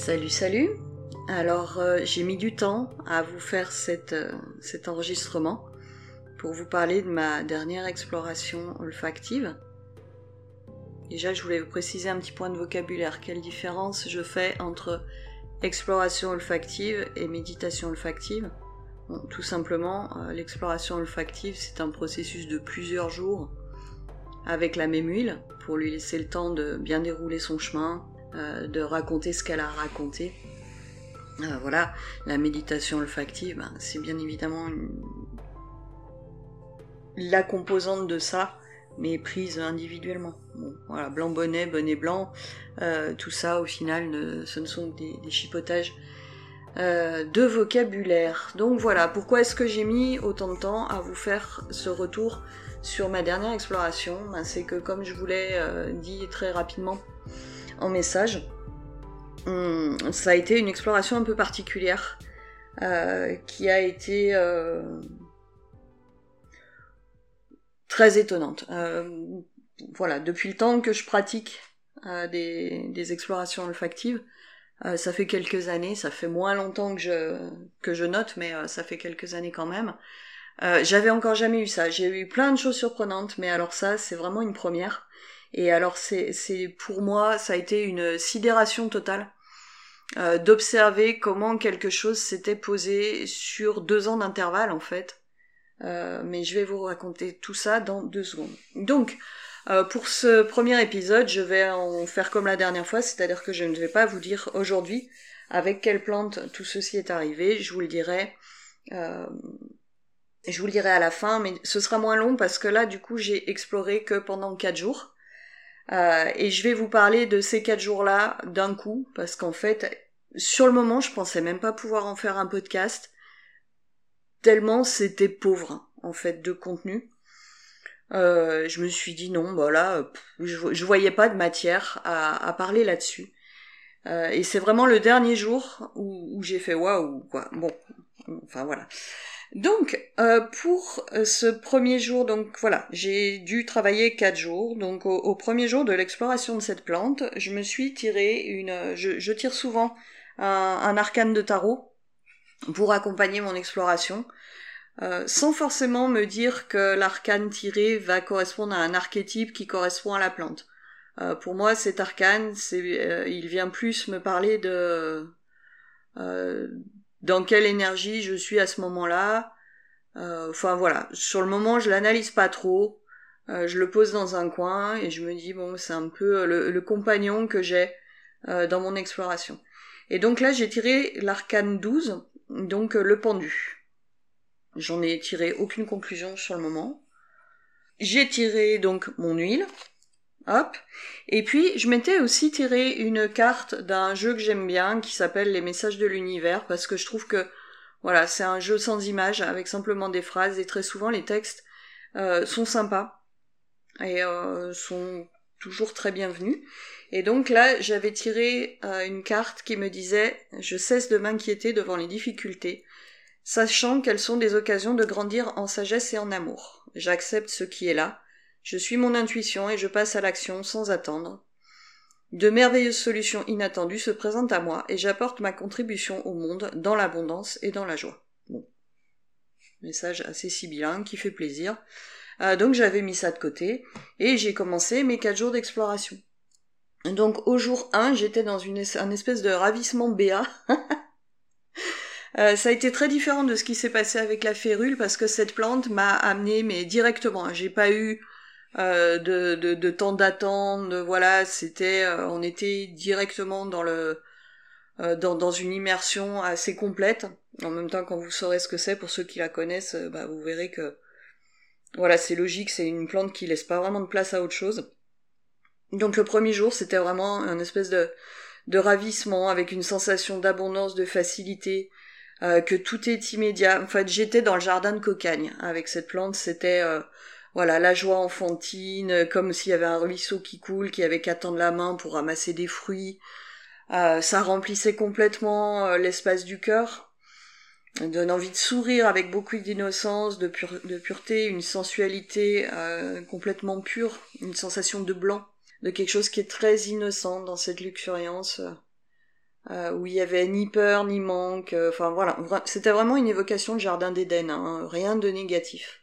Salut. Alors j'ai mis du temps à vous faire cet enregistrement pour vous parler de ma dernière exploration olfactive. Déjà je voulais vous préciser un petit point de vocabulaire. Quelle différence je fais entre exploration olfactive et méditation olfactive? Bon, tout simplement, l'exploration olfactive c'est un processus de plusieurs jours avec la même huile pour lui laisser le temps de bien dérouler son chemin, de raconter ce qu'elle a raconté. Voilà, la méditation olfactive, c'est bien évidemment la composante de ça, mais prise individuellement. Bon, voilà, blanc bonnet blanc, tout ça au final, ce ne sont que des chipotages de vocabulaire. Donc voilà, pourquoi est-ce que j'ai mis autant de temps à vous faire ce retour sur ma dernière exploration? C'est que comme je vous l'ai dit très rapidement en message, ça a été une exploration un peu particulière qui a été très étonnante. Voilà, depuis le temps que je pratique des explorations olfactives, ça fait quelques années, ça fait moins longtemps que je note, mais ça fait quelques années quand même. J'avais encore jamais eu ça. J'ai eu plein de choses surprenantes, mais alors ça, c'est vraiment une première. Et alors c'est pour moi, ça a été une sidération totale d'observer comment quelque chose s'était posé sur 2 ans d'intervalle en fait. Mais je vais vous raconter tout ça dans 2 secondes. Donc, pour ce premier épisode, je vais en faire comme la dernière fois, c'est-à-dire que je ne vais pas vous dire aujourd'hui avec quelle plante tout ceci est arrivé, je vous le dirai à la fin, mais ce sera moins long parce que là, du coup, j'ai exploré que pendant 4 jours. Et je vais vous parler de ces 4 jours-là d'un coup, parce qu'en fait, sur le moment, je pensais même pas pouvoir en faire un podcast, tellement c'était pauvre, en fait, de contenu. Je me suis dit non, bah là, je voyais pas de matière à parler là-dessus. Et c'est vraiment le dernier jour où j'ai fait waouh, quoi. Bon, enfin voilà. Donc, pour ce premier jour, donc voilà, j'ai dû travailler 4 jours. Donc, au premier jour de l'exploration de cette plante, je me suis tiré je tire souvent un arcane de tarot pour accompagner mon exploration, sans forcément me dire que l'arcane tiré va correspondre à un archétype qui correspond à la plante. Pour moi, cet arcane, il vient plus me parler de dans quelle énergie je suis à ce moment-là. Enfin voilà, sur le moment je l'analyse pas trop, je le pose dans un coin et je me dis bon c'est un peu le compagnon que j'ai dans mon exploration. Et donc là j'ai tiré l'arcane 12, donc le pendu. J'en ai tiré aucune conclusion sur le moment. J'ai tiré donc mon huile, hop, et puis je m'étais aussi tiré une carte d'un jeu que j'aime bien qui s'appelle Les Messages de l'Univers, parce que je trouve que voilà, c'est un jeu sans images, avec simplement des phrases, et très souvent les textes sont sympas, et sont toujours très bienvenus. Et donc là, j'avais tiré une carte qui me disait « Je cesse de m'inquiéter devant les difficultés, sachant qu'elles sont des occasions de grandir en sagesse et en amour. J'accepte ce qui est là, je suis mon intuition et je passe à l'action sans attendre. De merveilleuses solutions inattendues se présentent à moi et j'apporte ma contribution au monde dans l'abondance et dans la joie. » Bon. Message assez sibyllin qui fait plaisir. Donc j'avais mis ça de côté et j'ai commencé mes 4 jours d'exploration. Donc au jour 1, j'étais dans un espèce de ravissement béat. Ça a été très différent de ce qui s'est passé avec la férule parce que cette plante m'a amené mais directement. J'ai pas eu de temps d'attente, voilà, on était directement dans une immersion assez complète. En même temps, quand vous saurez ce que c'est, pour ceux qui la connaissent, vous verrez que voilà, c'est logique, c'est une plante qui laisse pas vraiment de place à autre chose. Donc le premier jour, c'était vraiment un espèce de ravissement avec une sensation d'abondance, de facilité, que tout est immédiat. En fait, j'étais dans le jardin de Cocagne avec cette plante, c'était voilà, la joie enfantine, comme s'il y avait un ruisseau qui coule, qui avait qu'à tendre la main pour ramasser des fruits. Ça remplissait complètement l'espace du cœur, donne envie de sourire avec beaucoup d'innocence, de pureté, une sensualité complètement pure, une sensation de blanc, de quelque chose qui est très innocent dans cette luxuriance où il y avait ni peur, ni manque, enfin voilà, c'était vraiment une évocation de jardin d'Éden, hein, rien de négatif.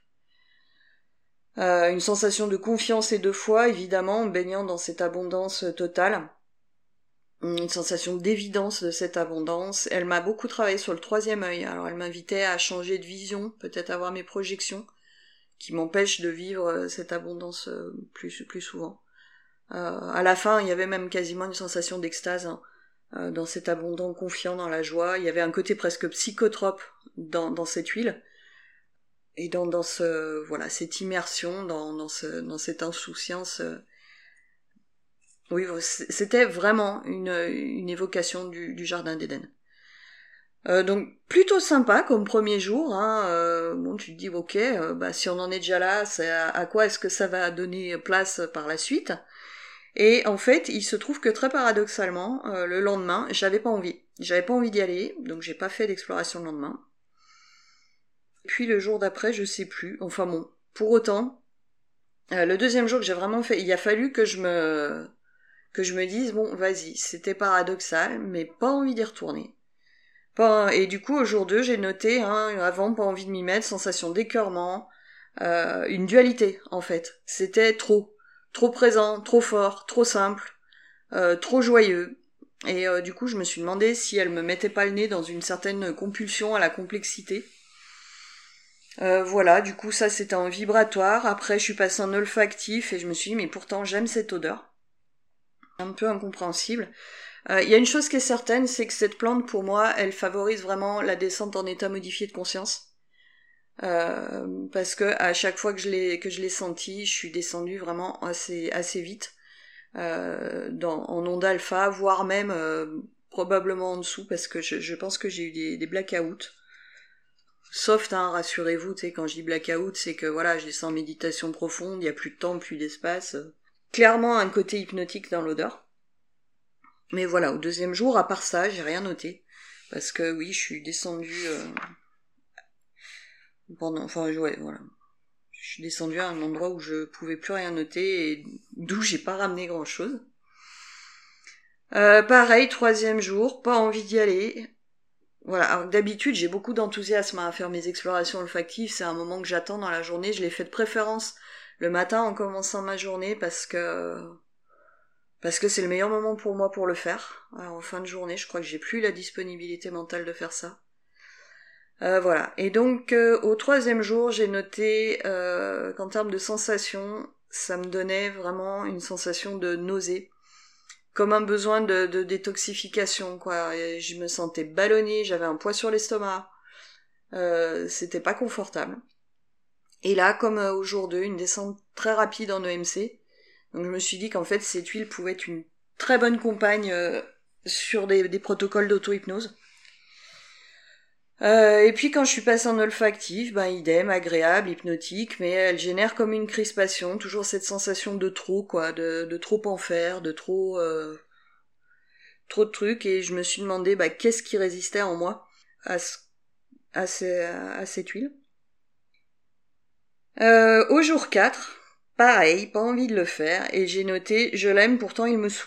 Une sensation de confiance et de foi, évidemment, en baignant dans cette abondance totale. Une sensation d'évidence de cette abondance. Elle m'a beaucoup travaillé sur le troisième œil, alors elle m'invitait à changer de vision, peut-être avoir mes projections, qui m'empêchent de vivre cette abondance plus souvent. À la fin, il y avait même quasiment une sensation d'extase, hein, dans cet abondant confiant dans la joie. Il y avait un côté presque psychotrope dans cette huile, et dans cette immersion, dans cette insouciance. Oui, c'était vraiment une évocation du jardin d'Éden. Donc plutôt sympa comme premier jour, hein. Bon, tu te dis ok, si on en est déjà là, c'est à quoi est-ce que ça va donner place par la suite? Et en fait, il se trouve que très paradoxalement, le lendemain, j'avais pas envie d'y aller, donc j'ai pas fait d'exploration le lendemain. Puis le jour d'après, je sais plus. Enfin bon, pour autant, le deuxième jour que j'ai vraiment fait, il a fallu que je me dise bon, vas-y, c'était paradoxal, mais pas envie d'y retourner. Et du coup, au jour 2, j'ai noté, hein, avant, pas envie de m'y mettre, sensation d'écœurement, une dualité, en fait. C'était trop présent, trop fort, trop simple, trop joyeux. Et du coup, je me suis demandé si elle me mettait pas le nez dans une certaine compulsion à la complexité. Voilà, du coup, ça c'était en vibratoire. Après, je suis passée en olfactif et je me suis dit, mais pourtant, j'aime cette odeur. Un peu incompréhensible. Il y a une chose qui est certaine, c'est que cette plante, pour moi, elle favorise vraiment la descente en état modifié de conscience. Parce que à chaque fois que je l'ai sentie, je suis descendue vraiment assez vite, en onde alpha, voire même probablement en dessous, parce que je pense que j'ai eu des blackouts. Soft, hein, rassurez-vous, tu sais, quand je dis blackout, c'est que voilà, je descends en méditation profonde, il y a plus de temps, plus d'espace. Clairement un côté hypnotique dans l'odeur. Mais voilà, au deuxième jour, à part ça, j'ai rien noté. Parce que oui, je suis descendue voilà. Je suis descendue à un endroit où je pouvais plus rien noter et d'où j'ai pas ramené grand chose. Pareil, troisième jour, pas envie d'y aller. Voilà, alors d'habitude j'ai beaucoup d'enthousiasme à faire mes explorations olfactives, c'est un moment que j'attends dans la journée, je l'ai fait de préférence le matin en commençant ma journée parce que c'est le meilleur moment pour moi pour le faire. Alors, en fin de journée, je crois que j'ai plus la disponibilité mentale de faire ça. Voilà, et donc au troisième jour, j'ai noté qu'en termes de sensations, ça me donnait vraiment une sensation de nausée, comme un besoin de détoxification, quoi. Et je me sentais ballonnée, j'avais un poids sur l'estomac, c'était pas confortable. Et là, comme au jour 2, une descente très rapide en EMC, donc je me suis dit qu'en fait cette huile pouvait être une très bonne compagne sur des protocoles d'auto-hypnose. Et puis quand je suis passée en olfactif, idem, agréable, hypnotique, mais elle génère comme une crispation, toujours cette sensation de trop, quoi, de trop en faire, de trop de trucs, et je me suis demandé qu'est-ce qui résistait en moi à cette huile. Au jour 4, pareil, pas envie de le faire, et j'ai noté « je l'aime, pourtant il me saoule ».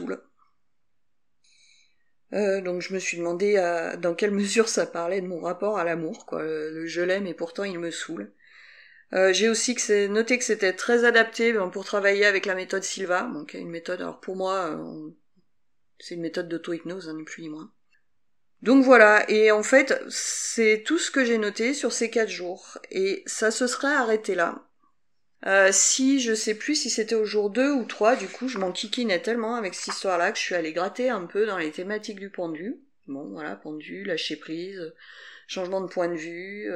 Donc je me suis demandé dans quelle mesure ça parlait de mon rapport à l'amour, quoi. Le je l'aime et pourtant il me saoule. J'ai aussi noté que c'était très adapté pour travailler avec la méthode Silva, donc une méthode, alors pour moi, c'est une méthode d'auto-hypnose, ni plus ni moins. Donc voilà, et en fait, c'est tout ce que j'ai noté sur ces 4 jours, et ça se serait arrêté là. Si je sais plus si c'était au jour 2 ou 3, du coup je m'en kikinais tellement avec cette histoire-là que je suis allée gratter un peu dans les thématiques du pendu. Bon voilà, pendu, lâcher prise, changement de point de vue.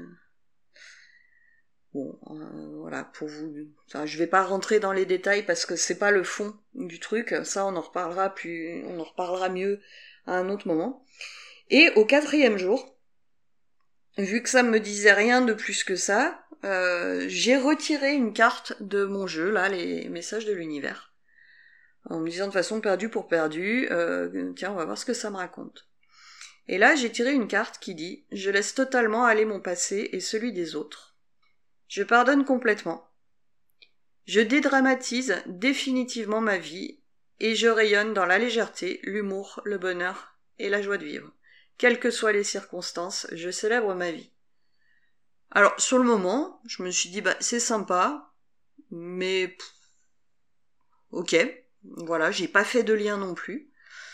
Voilà, pour vous. Enfin, je vais pas rentrer dans les détails parce que c'est pas le fond du truc. Ça, on en reparlera mieux à un autre moment. Et au 4e jour, vu que ça me disait rien de plus que ça, j'ai retiré une carte de mon jeu, là, les messages de l'univers, en me disant de façon perdu pour perdu, tiens, on va voir ce que ça me raconte. Et là, j'ai tiré une carte qui dit « Je laisse totalement aller mon passé et celui des autres. Je pardonne complètement. Je dédramatise définitivement ma vie et je rayonne dans la légèreté, l'humour, le bonheur et la joie de vivre. Quelles que soient les circonstances, je célèbre ma vie. Alors, sur le moment, je me suis dit, c'est sympa, mais ok, voilà, j'ai pas fait de lien non plus.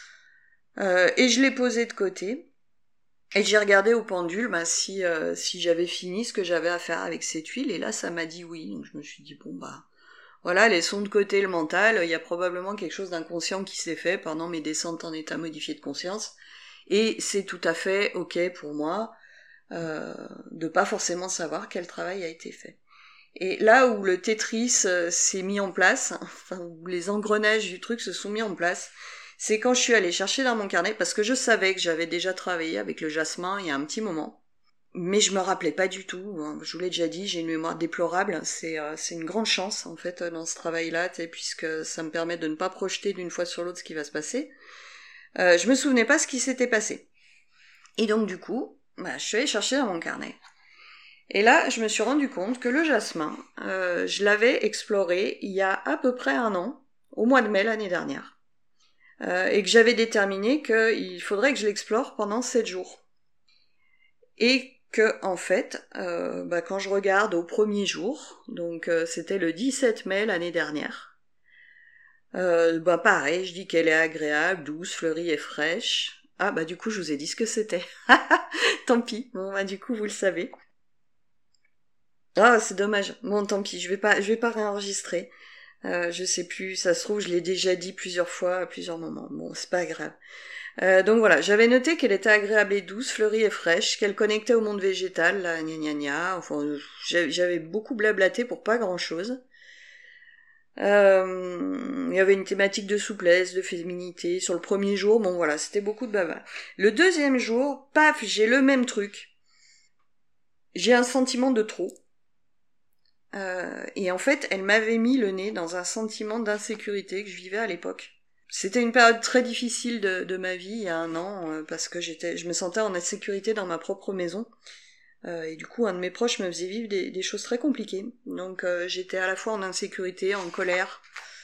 Et je l'ai posé de côté. Et j'ai regardé au pendule si j'avais fini ce que j'avais à faire avec cette huile, et là ça m'a dit oui. Donc je me suis dit voilà, laissons de côté le mental, il y a probablement quelque chose d'inconscient qui s'est fait pendant mes descentes en état modifié de conscience, et c'est tout à fait ok pour moi de pas forcément savoir quel travail a été fait. Et là où le Tetris s'est mis en place, enfin où les engrenages du truc se sont mis en place, c'est quand je suis allée chercher dans mon carnet, parce que je savais que j'avais déjà travaillé avec le jasmin il y a un petit moment, mais je me rappelais pas du tout. Je vous l'ai déjà dit, j'ai une mémoire déplorable. C'est une grande chance en fait dans ce travail-là, puisque ça me permet de ne pas projeter d'une fois sur l'autre ce qui va se passer. Je me souvenais pas ce qui s'était passé. Et donc du coup, je suis allée chercher dans mon carnet. Et là, je me suis rendu compte que le jasmin, je l'avais exploré il y a à peu près 1 an, au mois de mai l'année dernière. Et que j'avais déterminé qu'il faudrait que je l'explore pendant 7 jours. Et que, en fait, quand je regarde au premier jour, donc c'était le 17 mai l'année dernière, pareil, je dis qu'elle est agréable, douce, fleurie et fraîche. Ah, du coup, je vous ai dit ce que c'était. Tant pis. Bon, du coup, vous le savez. Ah, c'est dommage. Bon, tant pis, je vais pas réenregistrer. Je sais plus, ça se trouve, je l'ai déjà dit plusieurs fois, à plusieurs moments. Bon, c'est pas grave. Donc voilà, j'avais noté qu'elle était agréable et douce, fleurie et fraîche, qu'elle connectait au monde végétal, là, gna gna gna. Enfin, j'avais beaucoup blablaté pour pas grand-chose. Il y avait une thématique de souplesse, de féminité. Sur le premier jour, bon voilà, c'était beaucoup de baba. Le deuxième jour, paf, j'ai le même truc. J'ai un sentiment de trop. Et en fait, elle m'avait mis le nez dans un sentiment d'insécurité que je vivais à l'époque. C'était une période très difficile de ma vie, il y a 1 an, parce que je me sentais en insécurité dans ma propre maison. Et du coup, un de mes proches me faisait vivre des choses très compliquées. Donc j'étais à la fois en insécurité, en colère,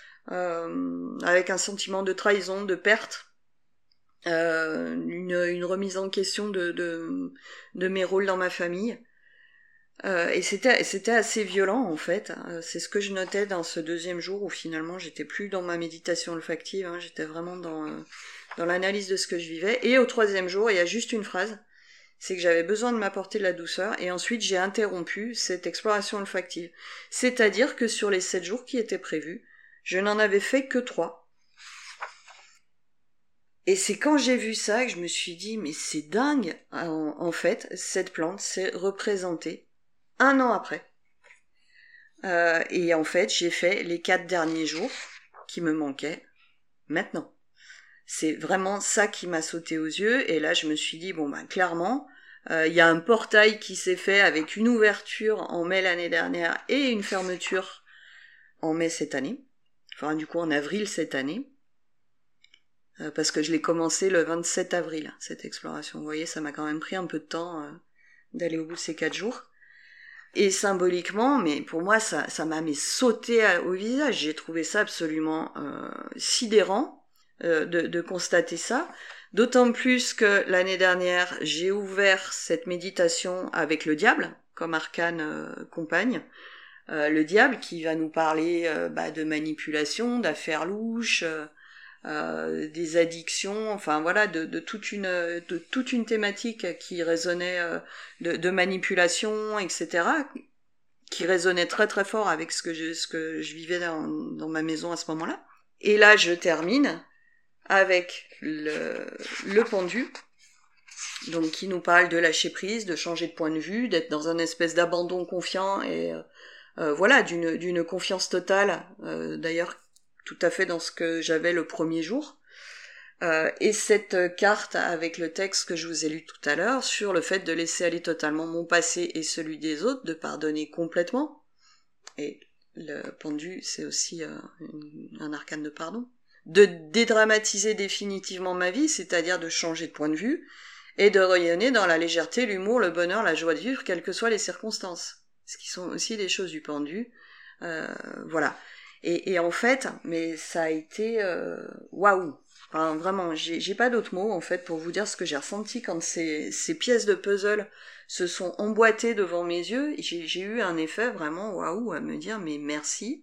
avec un sentiment de trahison, de perte, une remise en question de mes rôles dans ma famille. Et c'était assez violent en fait. C'est ce que je notais dans ce deuxième jour où finalement j'étais plus dans ma méditation olfactive, j'étais vraiment dans l'analyse de ce que je vivais. Et au troisième jour, il y a juste une phrase, c'est que j'avais besoin de m'apporter de la douceur, et ensuite j'ai interrompu cette exploration olfactive. C'est-à-dire que sur les 7 jours qui étaient prévus, je n'en avais fait que 3. Et c'est quand j'ai vu ça que je me suis dit, mais c'est dingue. En fait, cette plante s'est représentée 1 an après. Et en fait, j'ai fait les 4 derniers jours qui me manquaient maintenant. C'est vraiment ça qui m'a sauté aux yeux. Et là, je me suis dit, clairement, il y a un portail qui s'est fait avec une ouverture en mai l'année dernière et une fermeture en mai cette année. Enfin, du coup, en avril cette année. Parce que je l'ai commencé le 27 avril, cette exploration. Vous voyez, ça m'a quand même pris un peu de temps d'aller au bout de ces 4 jours. Et symboliquement, mais pour moi, ça m'a sauté au visage. J'ai trouvé ça absolument sidérant de constater ça. D'autant plus que l'année dernière, j'ai ouvert cette méditation avec le diable, comme arcane compagne. Le diable qui va nous parler de manipulation, d'affaires louches, des addictions, enfin voilà, de toute une thématique qui résonnait de manipulation, etc., qui résonnait très très fort avec ce que je vivais dans ma maison à ce moment-là. Et là, je termine avec le pendu, donc qui nous parle de lâcher prise, de changer de point de vue, d'être dans un espèce d'abandon confiant et voilà, d'une confiance totale, d'ailleurs tout à fait dans ce que j'avais le premier jour. Et cette carte avec le texte que je vous ai lu tout à l'heure sur le fait de laisser aller totalement mon passé et celui des autres, de pardonner complètement. Et le pendu, c'est aussi un arcane de pardon. De dédramatiser définitivement ma vie, c'est-à-dire de changer de point de vue, et de rayonner dans la légèreté, l'humour, le bonheur, la joie de vivre, quelles que soient les circonstances. Ce qui sont aussi des choses du pendu. Voilà. Et en fait, mais ça a été waouh. Enfin, vraiment, j'ai pas d'autres mots, en fait, pour vous dire ce que j'ai ressenti quand ces pièces de puzzle se sont emboîtées devant mes yeux. J'ai eu un effet vraiment waouh à me dire, mais merci.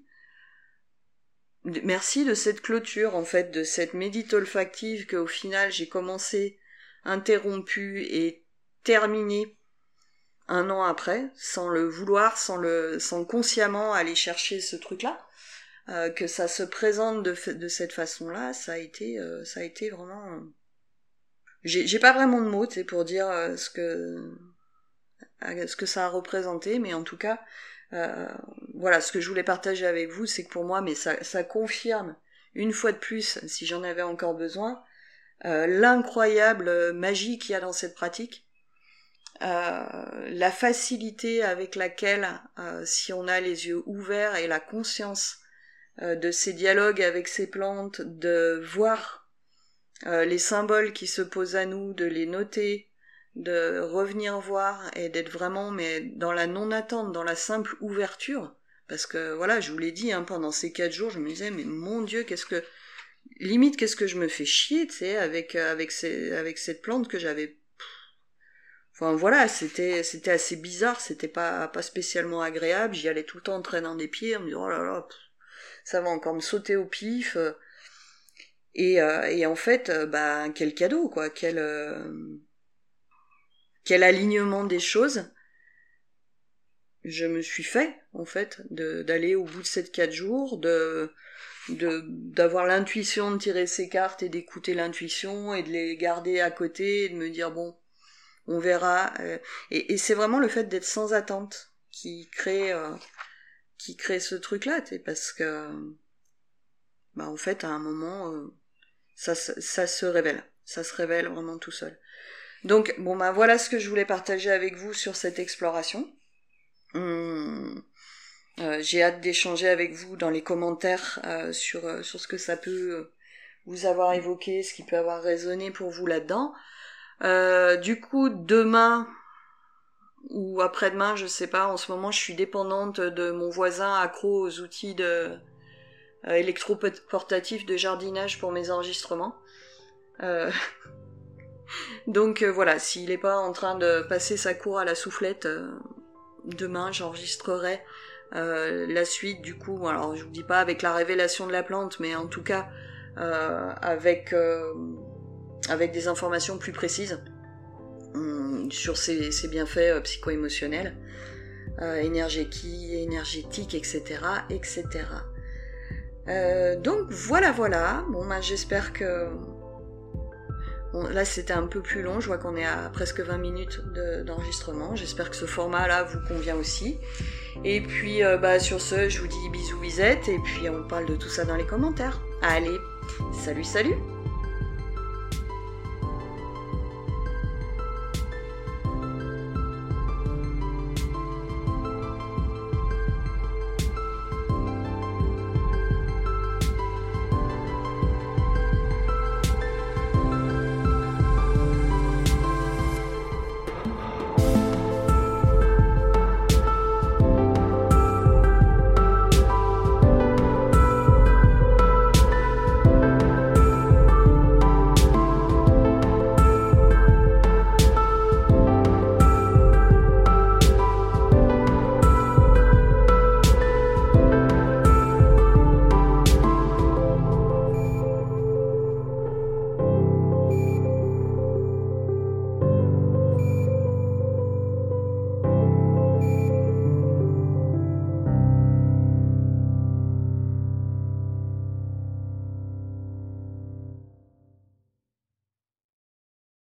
Merci de cette clôture, en fait, de cette médite olfactive qu'au final j'ai commencé, interrompue et terminée 1 an après, sans le vouloir, sans consciemment aller chercher ce truc-là. Que ça se présente de cette façon-là, ça a été vraiment... J'ai pas vraiment de mots, tu sais, pour dire ce que ça a représenté, mais en tout cas, voilà, ce que je voulais partager avec vous, c'est que pour moi, mais ça confirme, une fois de plus, si j'en avais encore besoin, l'incroyable magie qu'il y a dans cette pratique, la facilité avec laquelle, si on a les yeux ouverts et la conscience de ces dialogues avec ces plantes, de voir les symboles qui se posent à nous, de les noter, de revenir voir et d'être vraiment mais dans la non-attente, dans la simple ouverture, parce que voilà, je vous l'ai dit, hein, pendant ces 4 jours, je me disais mais mon Dieu, qu'est-ce que je me fais chier, tu sais, avec cette plante que j'avais. Enfin voilà, c'était assez bizarre, c'était pas spécialement agréable, j'y allais tout le temps en traînant des pieds, en me disant oh là là, ça va encore me sauter au pif. Et en fait, bah quel cadeau, quoi, quel alignement des choses je me suis fait, en fait, d'aller au bout de ces 4 jours, d'avoir l'intuition de tirer ces cartes et d'écouter l'intuition et de les garder à côté et de me dire bon, on verra. Et c'est vraiment le fait d'être sans attente qui crée ce truc-là, parce que bah en fait à un moment ça se révèle vraiment tout seul. Donc bon bah voilà ce que je voulais partager avec vous sur cette exploration. J'ai hâte d'échanger avec vous dans les commentaires sur ce que ça peut vous avoir évoqué, ce qui peut avoir résonné pour vous là-dedans. Du coup demain ou après-demain, je sais pas, en ce moment je suis dépendante de mon voisin accro aux outils électroportatifs de jardinage pour mes enregistrements. Donc voilà, s'il est pas en train de passer sa cour à la soufflette, demain j'enregistrerai la suite du coup, alors je vous dis pas avec la révélation de la plante, mais en tout cas avec des informations plus précises sur ses bienfaits psycho-émotionnels, énergétiques, etc. etc. Donc voilà. Bon bah j'espère que... Bon, là c'était un peu plus long, je vois qu'on est à presque 20 minutes d'enregistrement. J'espère que ce format-là vous convient aussi. Et puis bah sur ce, je vous dis bisous bisettes et puis on parle de tout ça dans les commentaires. Allez, salut